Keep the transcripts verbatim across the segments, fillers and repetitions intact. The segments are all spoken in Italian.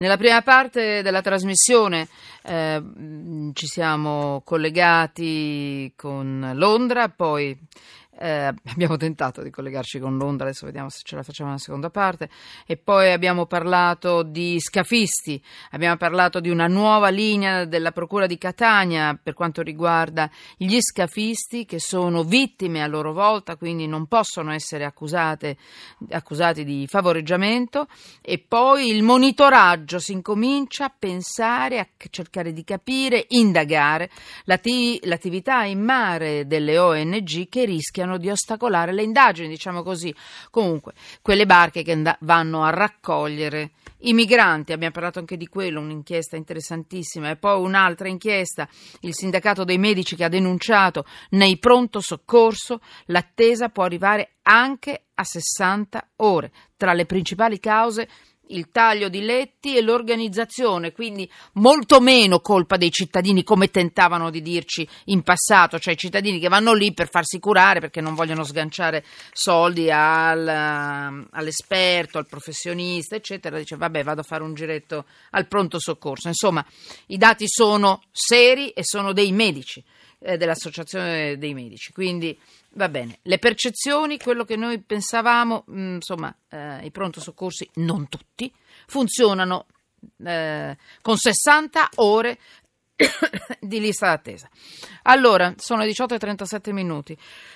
Nella prima parte della trasmissione eh, ci siamo collegati con Londra, poi eh, abbiamo tentato di collegarci con Londra, adesso vediamo se ce la facciamo nella seconda parte, e poi abbiamo parlato di scafisti, abbiamo parlato di una nuova linea della Procura di Catania per quanto riguarda gli scafisti che sono vittime a loro volta, quindi non possono essere accusate, accusati di favoreggiamento, e poi il monitoraggio, si incomincia a pensare, a cercare di capire, indagare l'atti- l'attività in mare delle O N G che rischiano di ostacolare le indagini, diciamo così. Comunque, quelle barche che and- vanno a raccogliere i migranti, abbiamo parlato anche di quello, un'inchiesta interessantissima, e poi un'altra inchiesta, il sindacato dei medici che ha denunciato nei pronto soccorso l'attesa può arrivare anche a sessanta ore, tra le principali cause il taglio di letti e l'organizzazione, quindi molto meno colpa dei cittadini come tentavano di dirci in passato, cioè i cittadini che vanno lì per farsi curare perché non vogliono sganciare soldi al, all'esperto, al professionista, eccetera, dice vabbè vado a fare un giretto al pronto soccorso. Insomma, i dati sono seri e sono dei medici, eh, dell'associazione dei medici, quindi va bene, le percezioni, quello che noi pensavamo, mh, insomma, eh, i pronto soccorsi, non tutti, funzionano eh, con sessanta ore di lista d'attesa. Allora, sono le diciotto e trentasette minuti.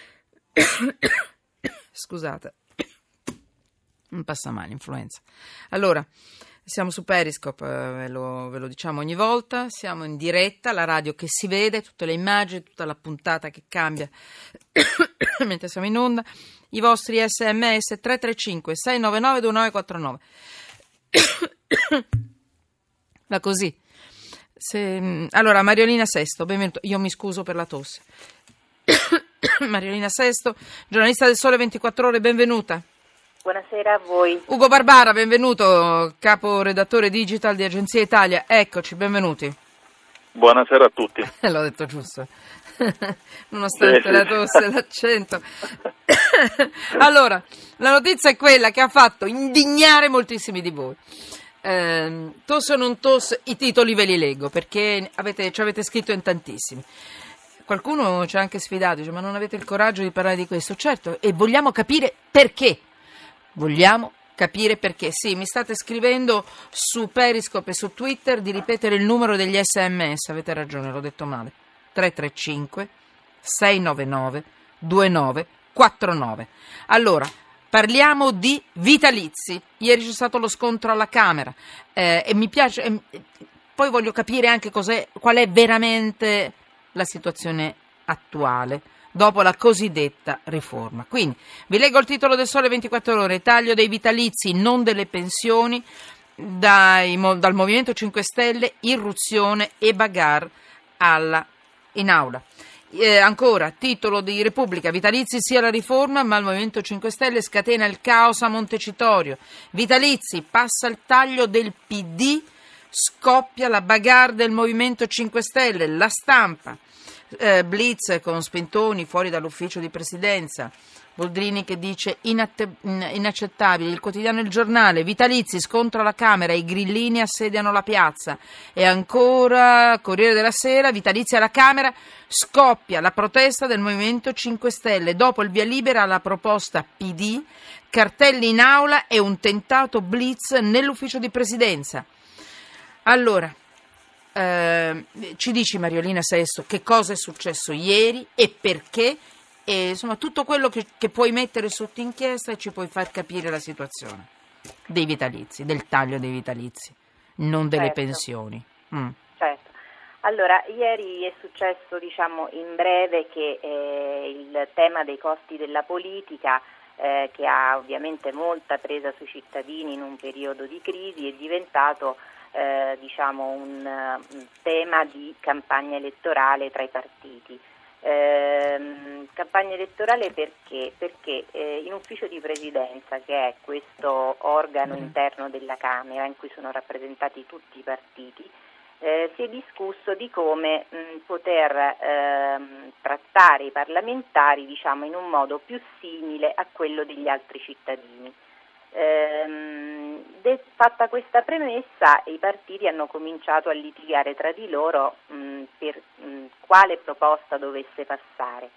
Scusate, non passa mai l'influenza. Allora, siamo su Periscope, eh, ve, lo, ve lo diciamo ogni volta, siamo in diretta, la radio che si vede, tutte le immagini, tutta la puntata che cambia mentre siamo in onda. I vostri sms tre tre cinque sei nove nove due nove quattro nove. Va così. Se, allora, Mariolina Sesto, benvenuto. Io mi scuso per la tosse. Mariolina Sesto, giornalista del Sole ventiquattro Ore, benvenuta. Buonasera a voi. Ugo Barbara, benvenuto, capo redattore digital di Agenzia Italia. Eccoci, benvenuti. Buonasera a tutti. L'ho detto giusto, nonostante sì, la tosse e l'accento. Allora, la notizia è quella che ha fatto indignare moltissimi di voi. Eh, tosse o non tosse, i titoli ve li leggo perché avete, ci avete scritto in tantissimi. Qualcuno ci ha anche sfidato, dice ma non avete il coraggio di parlare di questo? Certo, e vogliamo capire perché. Vogliamo capire perché. Sì, mi state scrivendo su Periscope e su Twitter di ripetere il numero degli sms, avete ragione, l'ho detto male. tre tre cinque sei nove nove due nove quattro nove. Allora, parliamo di vitalizi. Ieri c'è stato lo scontro alla Camera eh, e mi piace, eh, poi voglio capire anche cos'è, qual è veramente la situazione attuale dopo la cosiddetta riforma. Quindi vi leggo il titolo del Sole ventiquattro Ore: taglio dei vitalizi, non delle pensioni, dai, dal Movimento cinque Stelle, irruzione e bagarre alla, in aula. Eh, ancora, titolo di Repubblica: vitalizi sia la riforma, ma il Movimento cinque Stelle scatena il caos a Montecitorio. Vitalizi, passa il taglio del P D, scoppia la bagarre del Movimento cinque Stelle. La Stampa. Eh, blitz con Spintoni fuori dall'ufficio di presidenza, Boldrini che dice inatte- inaccettabile. Il quotidiano Il Giornale: vitalizi, scontro alla Camera, i grillini assediano la piazza. E ancora Corriere della Sera: vitalizi alla Camera, scoppia la protesta del Movimento cinque Stelle dopo il via libera alla proposta P D, cartelli in aula e un tentato blitz nell'ufficio di presidenza. Allora, Uh, ci dici, Mariolina Sesto, che cosa è successo ieri e perché, e insomma tutto quello che, che puoi mettere sotto inchiesta e ci puoi far capire la situazione dei vitalizi, del taglio dei vitalizi, non delle certo. pensioni. Mm. Certo. Allora, ieri è successo, diciamo in breve, che eh, il tema dei costi della politica, eh, che ha ovviamente molta presa sui cittadini in un periodo di crisi, è diventato Eh, diciamo un, un tema di campagna elettorale tra i partiti. Eh, campagna elettorale perché? Perché eh, in ufficio di presidenza, che è questo organo interno della Camera in cui sono rappresentati tutti i partiti, eh, si è discusso di come mh, poter ehm, trattare i parlamentari, diciamo, in un modo più simile a quello degli altri cittadini. Ehm, de- fatta questa premessa, i partiti hanno cominciato a litigare tra di loro mh, per mh, quale proposta dovesse passare.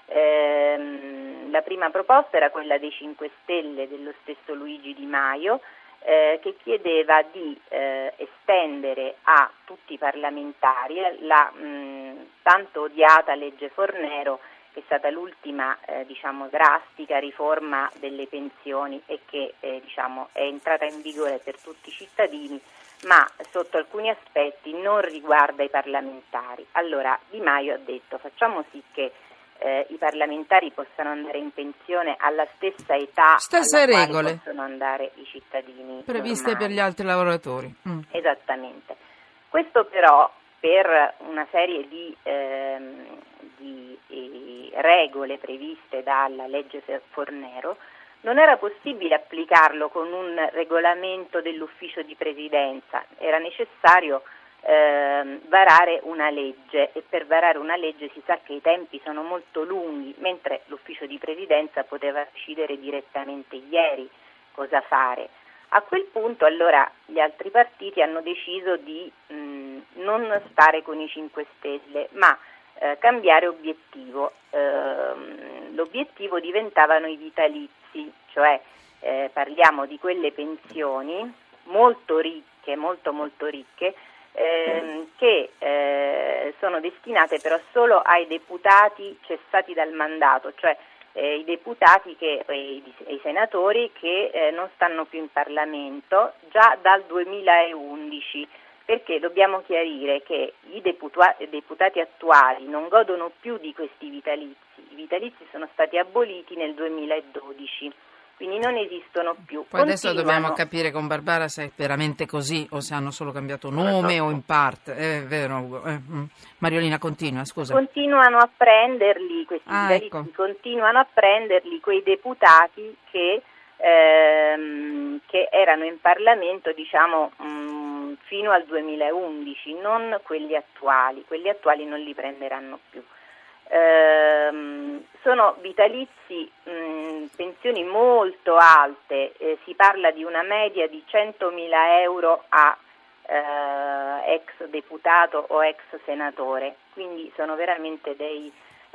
Ehm, la prima proposta era quella dei cinque Stelle, dello stesso Luigi Di Maio, eh, che chiedeva di eh, estendere a tutti i parlamentari la mh, tanto odiata legge Fornero, che è stata l'ultima eh, diciamo drastica riforma delle pensioni e che eh, diciamo è entrata in vigore per tutti i cittadini, ma sotto alcuni aspetti non riguarda i parlamentari. Allora Di Maio ha detto: facciamo sì che eh, i parlamentari possano andare in pensione alla stessa età Stesse alla regole quale possono andare i cittadini previste normali. per gli altri lavoratori. Mm. Esattamente. Questo però per una serie di, ehm, di eh, regole previste dalla legge Fornero non era possibile applicarlo con un regolamento dell'ufficio di presidenza, era necessario eh, varare una legge, e per varare una legge si sa che i tempi sono molto lunghi, mentre l'ufficio di presidenza poteva decidere direttamente ieri cosa fare. A quel punto allora gli altri partiti hanno deciso di mh, non stare con i cinque Stelle, ma eh, cambiare obiettivo. Eh, l'obiettivo diventavano i vitalizi, cioè eh, parliamo di quelle pensioni molto ricche, molto molto ricche, ehm, che eh, sono destinate però solo ai deputati cessati dal mandato, cioè Eh, i deputati che, e i, i senatori che eh, non stanno più in Parlamento già dal duemilaundici, perché dobbiamo chiarire che i deputua- deputati attuali non godono più di questi vitalizi, i vitalizi sono stati aboliti nel duemiladodici, quindi non esistono più. Poi adesso Continuano... dobbiamo capire con Barbara se è veramente così o se hanno solo cambiato nome esatto. o in parte, è vero Ugo? Eh, Mariolina continua, scusa. Continuano a prenderli, questi ah, vitalizi ecco. continuano a prenderli quei deputati che, ehm, che erano in Parlamento diciamo mh, fino al duemilaundici, non quelli attuali, quelli attuali non li prenderanno più. Ehm, sono vitalizi, mh, pensioni molto alte, eh, si parla di una media di centomila euro a eh, ex deputato o ex senatore, quindi sono veramente dei,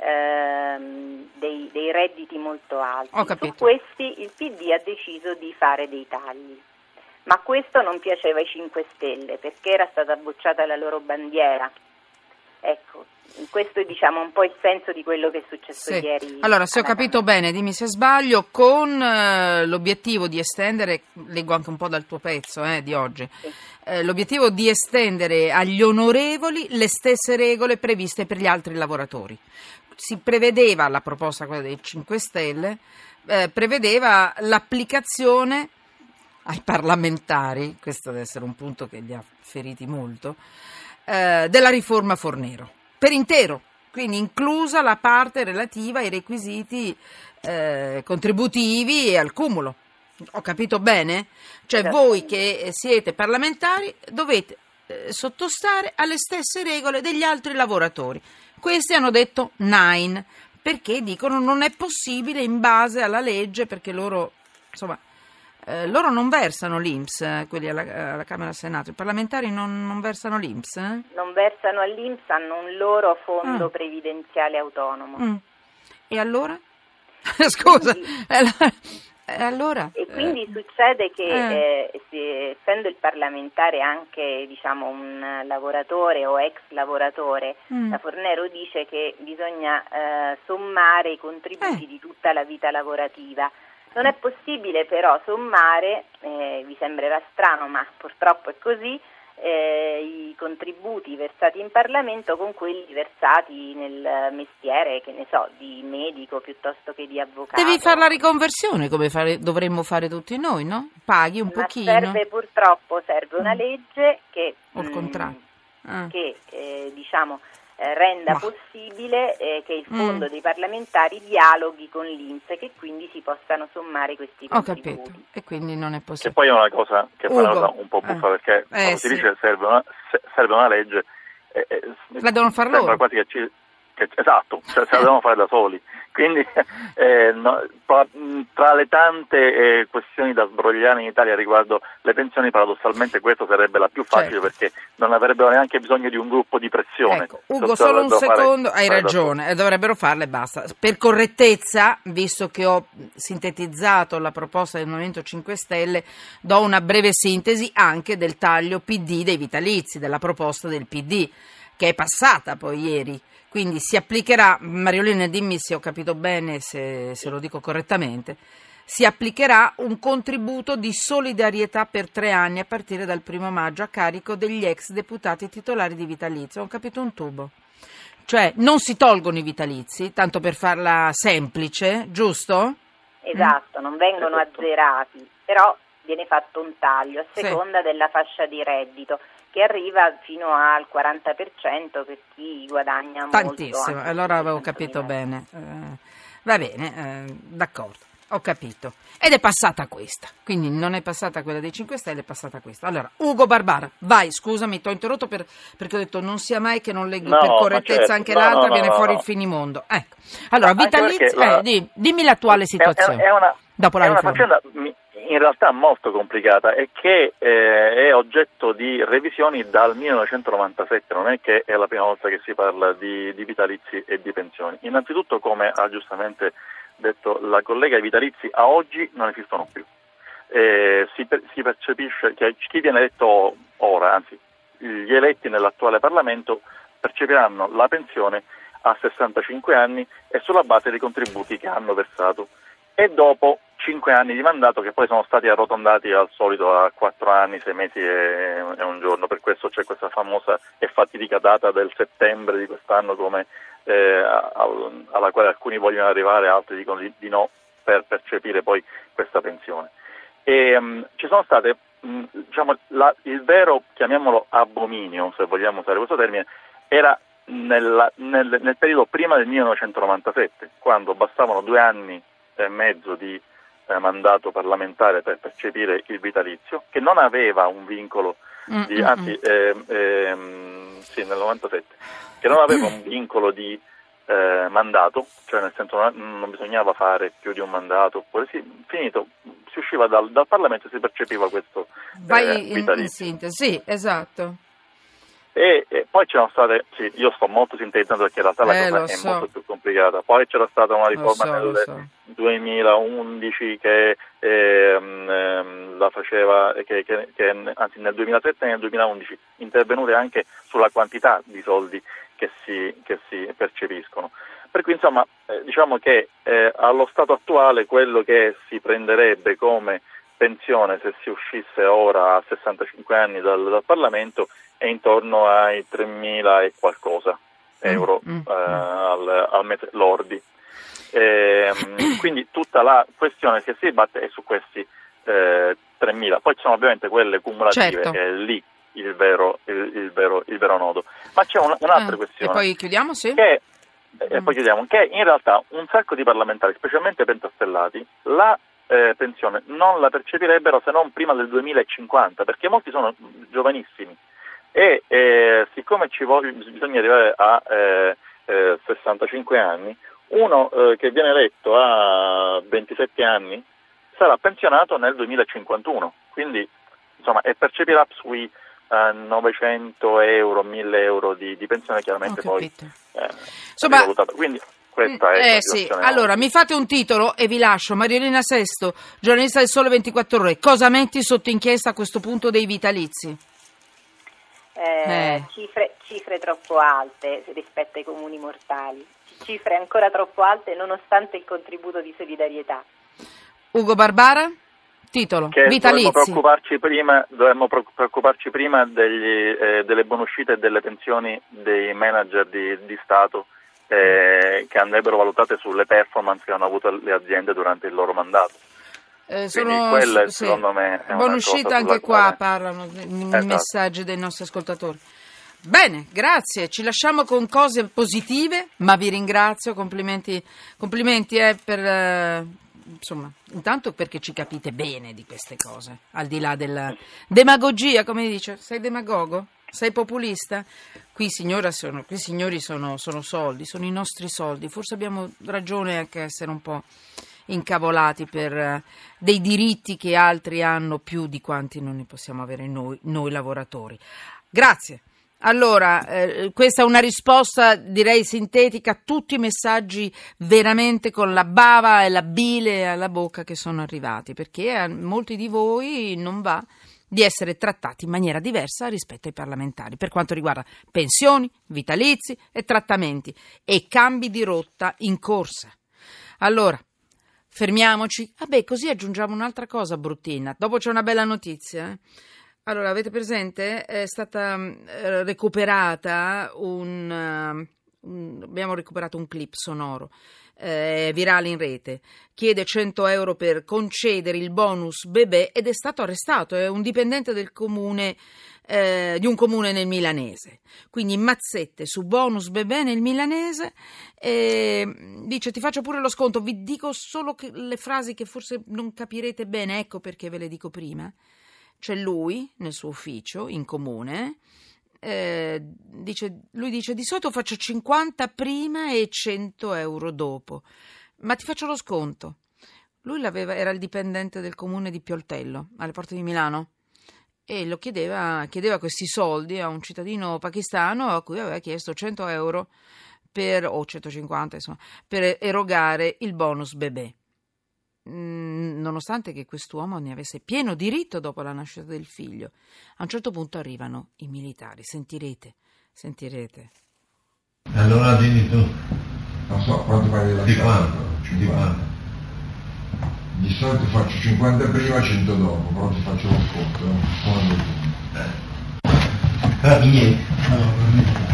ehm, dei, dei redditi molto alti. Ho capito. Su questi il P D ha deciso di fare dei tagli, ma questo non piaceva ai cinque Stelle perché era stata bocciata la loro bandiera. Ecco, questo è diciamo un po' il senso di quello che è successo sì. ieri. Allora, se ho capito Camera. bene, dimmi se sbaglio, con eh, l'obiettivo di estendere, leggo anche un po' dal tuo pezzo eh, di oggi, Sì. eh, l'obiettivo di estendere agli onorevoli le stesse regole previste per gli altri lavoratori. Si prevedeva, la proposta quella dei cinque Stelle, eh, prevedeva l'applicazione ai parlamentari, questo deve essere un punto che li ha feriti molto, eh, della riforma Fornero, per intero, quindi inclusa la parte relativa ai requisiti eh, contributivi e al cumulo. Ho capito bene? Cioè voi che siete parlamentari dovete eh, sottostare alle stesse regole degli altri lavoratori. Questi hanno detto nine, perché dicono non è possibile in base alla legge, perché loro, insomma, eh, loro non versano l'I N P S, eh, quelli alla, alla Camera e al Senato, i parlamentari non, non versano l'I N P S. Eh? Non versano all'I N P S, hanno un loro fondo ah. previdenziale autonomo. Mm. E allora? Scusa, quindi, e allora? E quindi eh. succede che eh. eh, se, essendo il parlamentare anche diciamo un lavoratore o ex lavoratore, mm. la Fornero dice che bisogna eh, sommare i contributi eh. di tutta la vita lavorativa. Non è possibile però sommare, eh, vi sembrerà strano ma purtroppo è così, eh, i contributi versati in Parlamento con quelli versati nel mestiere, che ne so, di medico piuttosto che di avvocato. Devi fare la riconversione come fare, dovremmo fare tutti noi, no? Paghi un ma pochino. serve purtroppo, serve una legge che, o il contrario. Ah. che eh, diciamo eh, renda Ma. possibile eh, che il fondo mm. dei parlamentari dialoghi con l'I N P S e che quindi si possano sommare questi contributi. Ho capito, e quindi non è possibile. E poi è una cosa che fa una cosa un po' buffa, eh. perché eh, quando sì. si dice che serve una, serve una legge, eh, la devono fare sembra loro. quasi che, ci, che esatto, cioè, se la devono fare da soli, Quindi eh, no, tra le tante eh, questioni da sbrogliare in Italia riguardo le pensioni, paradossalmente questa sarebbe la più facile, certo, perché non avrebbero neanche bisogno di un gruppo di pressione. Ecco, Ugo, solo un secondo, fare, hai fare ragione, e dovrebbero farle, basta. Per correttezza, visto che ho sintetizzato la proposta del Movimento cinque Stelle, do una breve sintesi anche del taglio P D dei vitalizi, della proposta del P D, che è passata poi ieri. Quindi si applicherà, Mariolina, dimmi se ho capito bene, se, se lo dico correttamente, si applicherà un contributo di solidarietà per tre anni a partire dal primo maggio a carico degli ex deputati titolari di vitalizio. Ho capito un tubo. Cioè non si tolgono i vitalizi, tanto per farla semplice, giusto? Esatto, mm? non vengono azzerati, però viene fatto un taglio a seconda sì. della fascia di reddito, che arriva fino al quaranta per cento per chi guadagna molto. Tantissimo, allora avevo capito bene. Eh, va bene, eh, d'accordo, ho capito. Ed è passata questa, quindi non è passata quella dei cinque Stelle, è passata questa. Allora, Ugo Barbara, vai, scusami, ti ho interrotto per, perché ho detto non sia mai che non leggo no, per correttezza certo. anche no, l'altra, no, viene no, fuori no. il finimondo. Ecco, allora, no, vitalizio, la... eh, di, dimmi l'attuale situazione. È, è una, dopo la è una faccenda in realtà molto complicata e che eh, è oggetto di revisioni dal millenovecentonovantasette, non è che è la prima volta che si parla di, di vitalizi e di pensioni. Innanzitutto, come ha giustamente detto la collega, i vitalizi a oggi non esistono più. Eh, si, per, si percepisce che chi viene eletto ora, anzi gli eletti nell'attuale Parlamento, percepiranno la pensione a sessantacinque anni e sulla base dei contributi che hanno versato, e dopo cinque anni di mandato che poi sono stati arrotondati al solito a quattro anni, sei mesi e, e un giorno. Per questo c'è questa famosa e fatidica data del settembre di quest'anno, come eh, a, alla quale alcuni vogliono arrivare, altri dicono di, di no, per percepire poi questa pensione. E, um, ci sono state, um, diciamo, la, il vero, chiamiamolo abominio, se vogliamo usare questo termine, era nella, nel, nel periodo prima del millenovecentonovantasette, quando bastavano due anni e mezzo di eh, mandato parlamentare per percepire il vitalizio, che non aveva un vincolo di, mm-hmm. anzi eh, eh, sì, nel novantasette, che non aveva un vincolo di eh, mandato, cioè nel senso non, non bisognava fare più di un mandato, oppure sì, finito, si usciva dal, dal Parlamento e si percepiva questo Vai eh, in, vitalizio. In sintesi, sì, esatto. E, e poi c'erano state, sì, io sto molto sintetizzando perché in realtà la eh, cosa è so. molto più complicata. Poi c'era stata una riforma so, nel so. duemilaundici che ehm, ehm, la faceva, che, che, che anzi nel duemilasette e nel duemilaundici intervenute anche sulla quantità di soldi che si, che si percepiscono. Per cui insomma eh, diciamo che eh, allo stato attuale quello che si prenderebbe come pensione se si uscisse ora a sessantacinque anni dal, dal Parlamento è intorno ai tremila e qualcosa euro mm, mm, eh, al, al mese lordi. E, quindi tutta la questione che si dibatte è su questi eh, tremila. Poi ci sono ovviamente quelle cumulative, certo. che è lì il vero, il, il vero, il vero nodo. Ma c'è un, un'altra eh, questione. E poi chiudiamo, sì? Che, e poi chiudiamo, che in realtà un sacco di parlamentari, specialmente pentastellati, la eh, pensione non la percepirebbero se non prima del duemilacinquanta, perché molti sono giovanissimi. E eh, siccome ci voglio, bisogna arrivare a eh, eh, sessantacinque anni, uno eh, che viene eletto a ventisette anni sarà pensionato nel duemilacinquantuno, quindi insomma e percepirà sui eh, novecento euro, mille euro di, di pensione, chiaramente poi eh, insomma, rivalutata. Quindi questa è eh, la sì. situazione. Allora mi fate un titolo e vi lascio. Mariolina Sesto, giornalista del Sole ventiquattro Ore, cosa metti sotto inchiesta a questo punto dei vitalizi? Eh, eh. Cifre, cifre troppo alte rispetto ai comuni mortali, cifre ancora troppo alte nonostante il contributo di solidarietà. Ugo Barbara, titolo, che vitalizi. Dovremmo preoccuparci prima, dovremmo preoccuparci prima degli, eh, delle buonuscite e delle pensioni dei manager di, di Stato eh, che andrebbero valutate sulle performance che hanno avuto le aziende durante il loro mandato. Eh, sono quella, sì, secondo me è buona uscita anche qua, quale... parlano i esatto. messaggi dei nostri ascoltatori. Bene, grazie, ci lasciamo con cose positive, ma vi ringrazio, complimenti, complimenti eh, per eh, insomma, intanto perché ci capite bene di queste cose, al di là della demagogia, come dice, sei demagogo? Sei populista? Qui, signora, sono, qui signori sono, sono soldi, sono i nostri soldi. Forse abbiamo ragione anche a essere un po' incavolati per uh, dei diritti che altri hanno più di quanti non ne possiamo avere noi, noi lavoratori. Grazie. Allora, eh, questa è una risposta, direi, sintetica a tutti i messaggi veramente con la bava e la bile alla bocca che sono arrivati, perché a molti di voi non va di essere trattati in maniera diversa rispetto ai parlamentari, per quanto riguarda pensioni, vitalizi e trattamenti, e cambi di rotta in corsa. Allora, fermiamoci. Vabbè, così aggiungiamo un'altra cosa bruttina. Dopo c'è una bella notizia, eh? Allora, avete presente? È stata eh, recuperata un, uh, un... abbiamo recuperato un clip sonoro eh, virale in rete. Chiede cento euro per concedere il bonus bebè ed è stato arrestato. È un dipendente del comune, eh, di un comune nel milanese. Quindi mazzette su bonus bebè nel milanese. E dice: ti faccio pure lo sconto. Vi dico solo che le frasi che forse non capirete bene, ecco perché ve le dico prima. C'è lui nel suo ufficio in comune, eh, dice, lui dice: di solito faccio cinquanta prima e cento euro dopo, ma ti faccio lo sconto. Lui l'aveva, era il dipendente del comune di Pioltello, alle porte di Milano, e lo chiedeva, chiedeva questi soldi a un cittadino pakistano a cui aveva chiesto cento euro per, o centocinquanta insomma, per erogare il bonus bebè. Nonostante che quest'uomo ne avesse pieno diritto dopo la nascita del figlio. A un certo punto arrivano i militari, sentirete, sentirete. Allora dimmi tu. Non so quanto fai della Di casa, quanto? però, Di quanto? Di solito faccio cinquanta prima, cento dopo, però ti faccio lo sconto, eh. Quando tu. Carabinieri? No, no.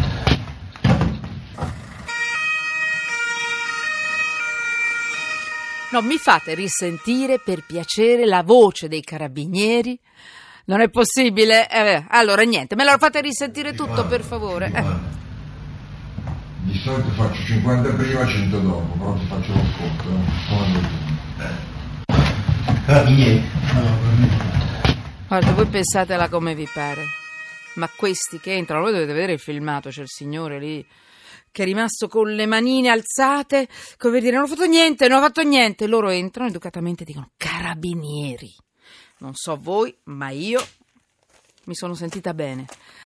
No, mi fate risentire per piacere la voce dei carabinieri? Non è possibile? Eh, allora niente, me la fate risentire tutto per favore. Di, eh. di solito faccio cinquanta prima, cento dopo, però ti faccio lo sconto, eh. Quando tu. Carabinieri? No, Guarda, voi pensatela come vi pare, ma questi che entrano, voi dovete vedere il filmato, c'è il signore lì che è rimasto con le manine alzate, come per dire: non ho fatto niente, non ho fatto niente. Loro entrano educatamente e dicono: carabinieri. Non so voi, ma io mi sono sentita bene.